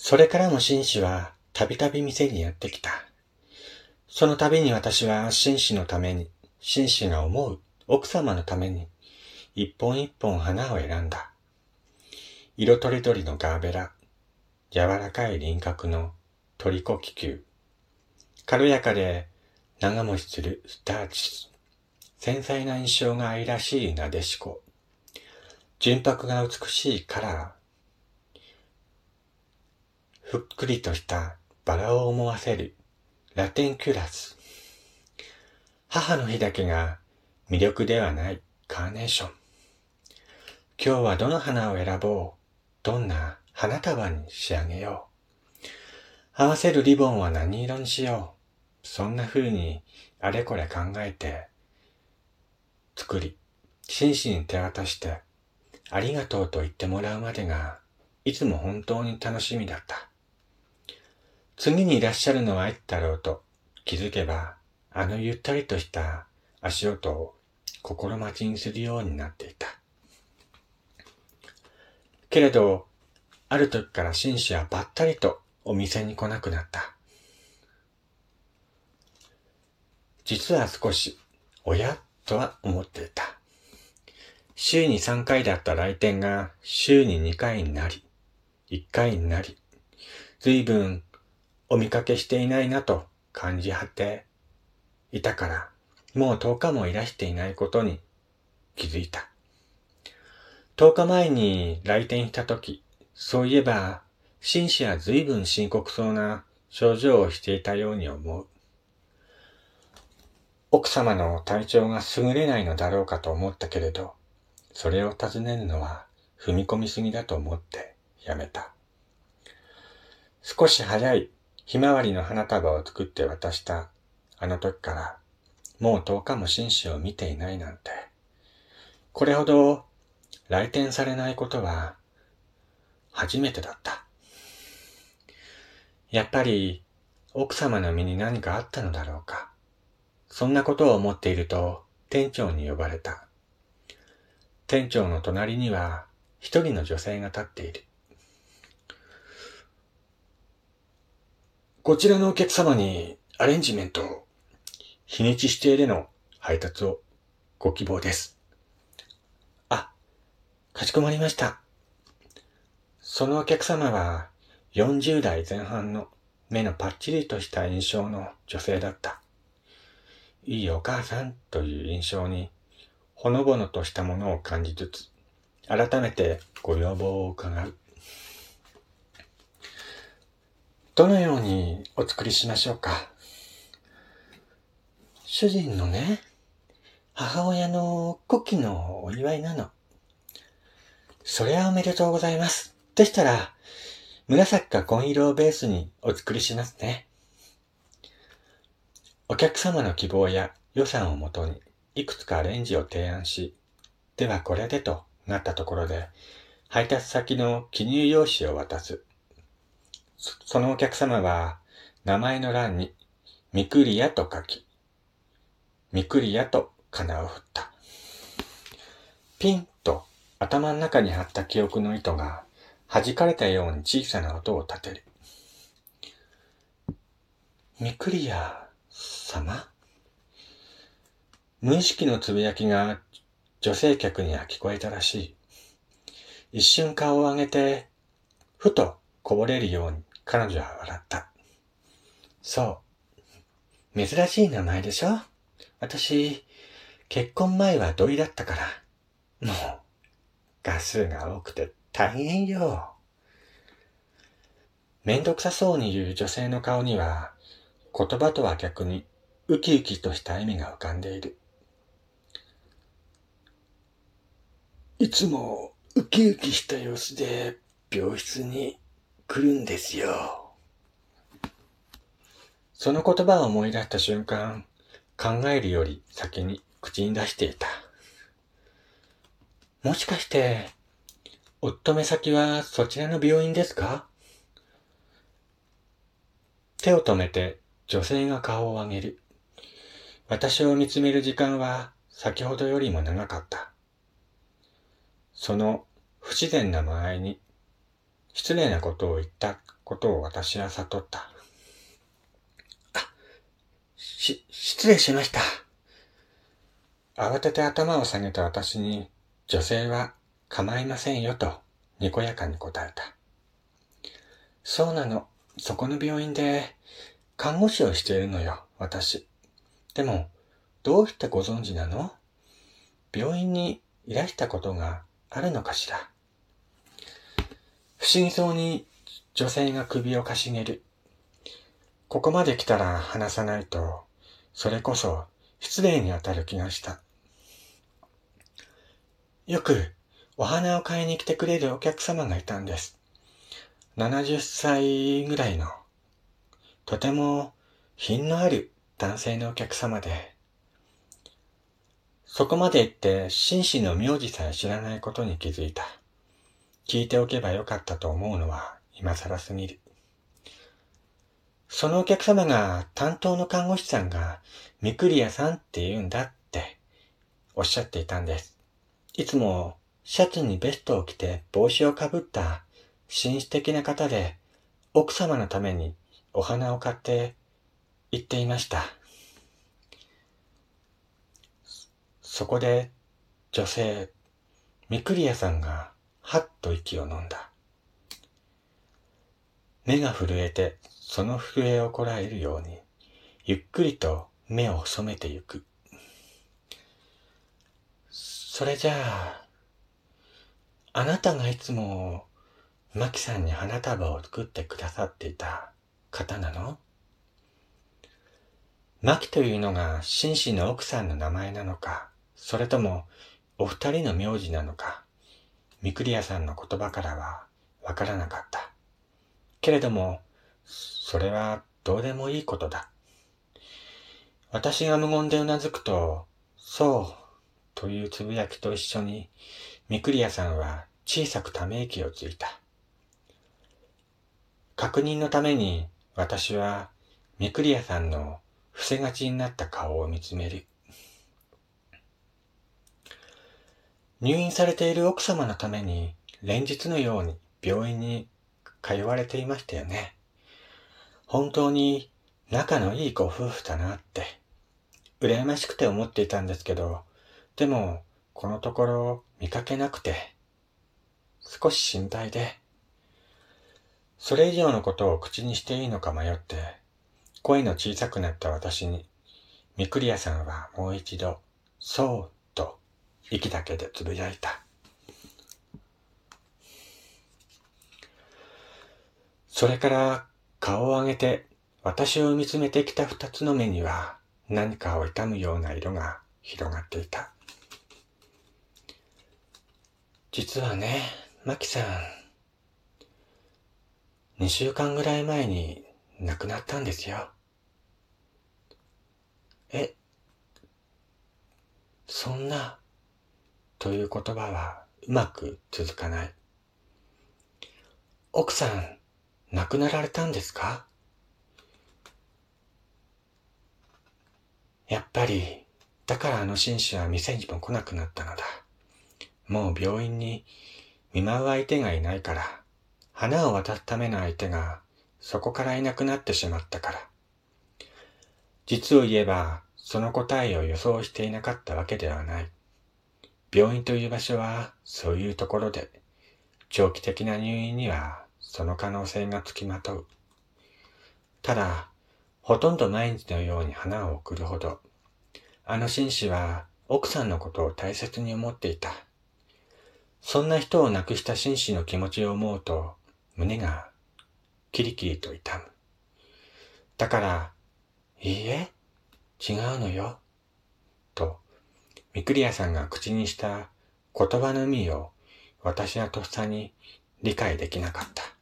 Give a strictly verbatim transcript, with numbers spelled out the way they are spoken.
それからも紳士はたびたび店にやってきた。その度に私は紳士のために、紳士が思う奥様のために、一本一本花を選んだ。色とりどりのガーベラ、柔らかい輪郭のトリコ気球、軽やかで長持ちするスターチス、繊細な印象が愛らしいなでしこ、純白が美しいカラー、ふっくりとしたバラを思わせるラテンキュラス、母の日だけが魅力ではないカーネーション。今日はどの花を選ぼう、どんな花束に仕上げよう。合わせるリボンは何色にしよう。そんな風にあれこれ考えて、作り、真摯に手渡して、ありがとうと言ってもらうまでが、いつも本当に楽しみだった。次にいらっしゃるのはいつだろうと気づけば、あのゆったりとした足音を心待ちにするようになっていた。けれど、ある時から紳士はばったりとお店に来なくなった。実は少し、おやとは思っていた。週にさんかいだった来店が週ににかいになり、いっかいになり、随分お見かけしていないなと感じ果ていたから、もうとおかもいらしていないことに気づいた。とおかまえに来店したとき、そういえば、紳士は随分深刻そうな症状をしていたように思う。奥様の体調が優れないのだろうかと思ったけれど、それを尋ねるのは踏み込みすぎだと思ってやめた。少し早いひまわりの花束を作って渡したあの時から、もうとおかも紳士を見ていないなんて、これほど来店されないことは初めてだった。やっぱり奥様の身に何かあったのだろうか。そんなことを思っていると店長に呼ばれた。店長の隣には一人の女性が立っている。こちらのお客様にアレンジメントを、日にち指定での配達をご希望です。あ、かしこまりました。そのお客様はよんじゅうだいぜん半の目のパッチリとした印象の女性だった。いいお母さんという印象にほのぼのとしたものを感じつつ、改めてご要望を伺う。どのようにお作りしましょうか。主人のね、母親の古希のお祝いなの。それはおめでとうございます。でしたら、紫か紺色をベースにお作りしますね。お客様の希望や予算をもとにいくつかアレンジを提案し、ではこれでとなったところで、配達先の記入用紙を渡す。そのお客様は名前の欄にミクリアと書き、ミクリアとかなを振った。ピンと頭の中に貼った記憶の糸が弾かれたように小さな音を立てる。ミクリア様？無意識のつぶやきが女性客には聞こえたらしい。一瞬顔を上げて、ふとこぼれるように彼女は笑った。そう。珍しい名前でしょ？私、結婚前は土井だったから。もう、画数が多くて大変よ。めんどくさそうに言う女性の顔には、言葉とは逆にウキウキとした笑みが浮かんでいる。いつもウキウキした様子で病室に来るんですよ。その言葉を思い出した瞬間、考えるより先に口に出していた。もしかして、お勤め先はそちらの病院ですか？手を止めて女性が顔を上げる。私を見つめる時間は先ほどよりも長かった。その不自然な間合いに失礼なことを言ったことを私は悟った。あ、し、失礼しました。慌てて頭を下げた私に、女性は構いませんよと、にこやかに答えた。そうなの。そこの病院で、看護師をしているのよ、私。でも、どうしてご存知なの？病院にいらしたことがあるのかしら。不思議そうに女性が首をかしげる。ここまで来たら話さないと、それこそ失礼にあたる気がした。よくお花を買いに来てくれるお客様がいたんです。ななじゅっさいぐらいの、とても品のある男性のお客様で、そこまで言って紳士の名字さえ知らないことに気づいた。聞いておけばよかったと思うのは今更すぎる。そのお客様が担当の看護師さんがミクリアさんって言うんだっておっしゃっていたんです。いつもシャツにベストを着て帽子をかぶった紳士的な方で、奥様のためにお花を買って行っていました。そこで女性、ミクリアさんがはっと息を飲んだ。目が震えてその震えをこらえるように、ゆっくりと目を細めてゆく。それじゃあ、あなたがいつもマキさんに花束を作ってくださっていた方なの？マキというのが紳士の奥さんの名前なのか、それともお二人の名字なのか、ミクリアさんの言葉からはわからなかった。けれども、それはどうでもいいことだ。私が無言でうなずくと、そう、というつぶやきと一緒に、ミクリアさんは小さくため息をついた。確認のために、私はミクリアさんの伏せがちになった顔を見つめる。入院されている奥様のために、連日のように病院に通われていましたよね。本当に仲のいいご夫婦だなって、羨ましくて思っていたんですけど、でも、このところ見かけなくて、少し心配で、それ以上のことを口にしていいのか迷って、声の小さくなった私に、ミクリアさんはもう一度、そうと息だけでつぶやいた。それから顔を上げて私を見つめてきた二つの目には何かを痛むような色が広がっていた。実はね、マキさん、二週間ぐらい前に亡くなったんですよ。え、そんな、という言葉はうまく続かない。奥さん、亡くなられたんですか？やっぱり、だからあの紳士は店にも来なくなったのだ。もう病院に見舞う相手がいないから、花を渡すための相手がそこからいなくなってしまったから。実を言えば、その答えを予想していなかったわけではない。病院という場所はそういうところで、長期的な入院にはその可能性がつきまとう。ただ、ほとんど毎日のように花を贈るほど、あの紳士は奥さんのことを大切に思っていた。そんな人を亡くした紳士の気持ちを思うと、胸がキリキリと痛む。だから、いいえ、違うのよ、と、ミクリアさんが口にした言葉の意味を私はとっさに理解できなかった。